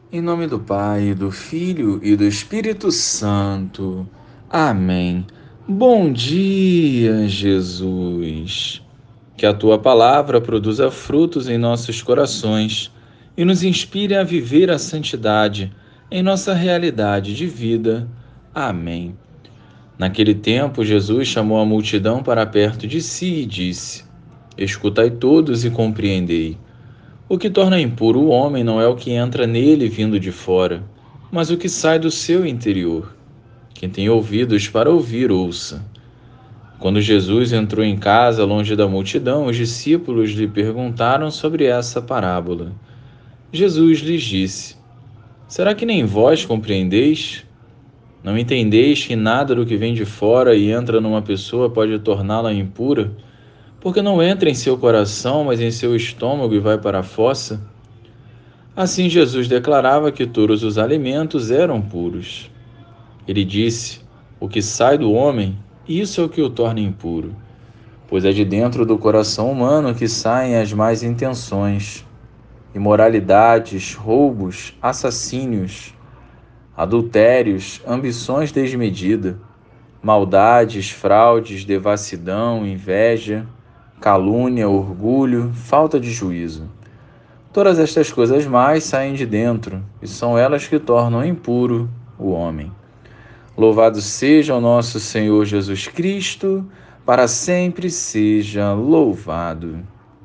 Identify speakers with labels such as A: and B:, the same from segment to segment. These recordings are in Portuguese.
A: Em nome do Pai, do Filho e do Espírito Santo. Amém. Bom dia, Jesus. Que a tua palavra produza frutos em nossos corações e nos inspire a viver a santidade em nossa realidade de vida. Amém. Naquele tempo, Jesus chamou a multidão para perto de si e disse: Escutai todos e compreendei. O que torna impuro o homem não é o que entra nele vindo de fora, mas o que sai do seu interior. Quem tem ouvidos para ouvir, ouça. Quando Jesus entrou em casa, longe da multidão, os discípulos lhe perguntaram sobre essa parábola. Jesus lhes disse: Será que nem vós compreendeis? Não entendeis que nada do que vem de fora e entra numa pessoa pode torná-la impura? Porque não entra em seu coração, mas em seu estômago e vai para a fossa? Assim, Jesus declarava que todos os alimentos eram puros. Ele disse: O que sai do homem, isso é o que o torna impuro, pois é de dentro do coração humano que saem as más intenções, imoralidades, roubos, assassínios, adultérios, ambições desmedidas, maldades, fraudes, devassidão, inveja, calúnia, orgulho, falta de juízo. Todas estas coisas mais saem de dentro, e são elas que tornam impuro o homem. Louvado seja o nosso Senhor Jesus Cristo, para sempre seja louvado.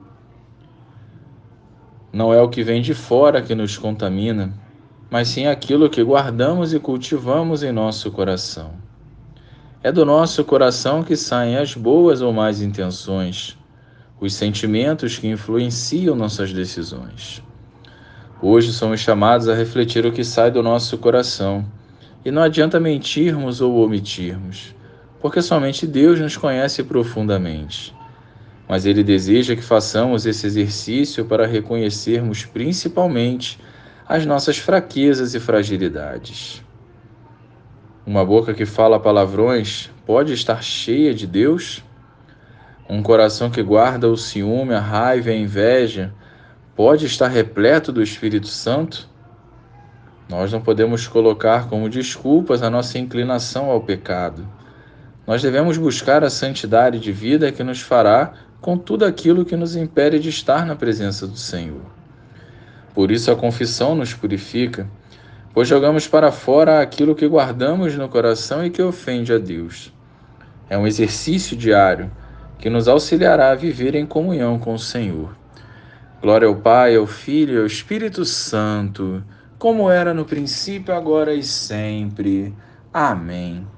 A: Não é o que vem de fora que nos contamina, mas sim aquilo que guardamos e cultivamos em nosso coração. É do nosso coração que saem as boas ou más intenções, os sentimentos que influenciam nossas decisões. Hoje somos chamados a refletir o que sai do nosso coração, e não adianta mentirmos ou omitirmos, porque somente Deus nos conhece profundamente. Mas Ele deseja que façamos esse exercício para reconhecermos principalmente as nossas fraquezas e fragilidades. Uma boca que fala palavrões pode estar cheia de Deus? Um coração que guarda o ciúme, a raiva e a inveja pode estar repleto do Espírito Santo? Nós não podemos colocar como desculpas a nossa inclinação ao pecado. Nós devemos buscar a santidade de vida que nos fará com tudo aquilo que nos impede de estar na presença do Senhor. Por isso a confissão nos purifica, pois jogamos para fora aquilo que guardamos no coração e que ofende a Deus. É um exercício diário que nos auxiliará a viver em comunhão com o Senhor. Glória ao Pai, ao Filho e ao Espírito Santo, como era no princípio, agora e sempre. Amém.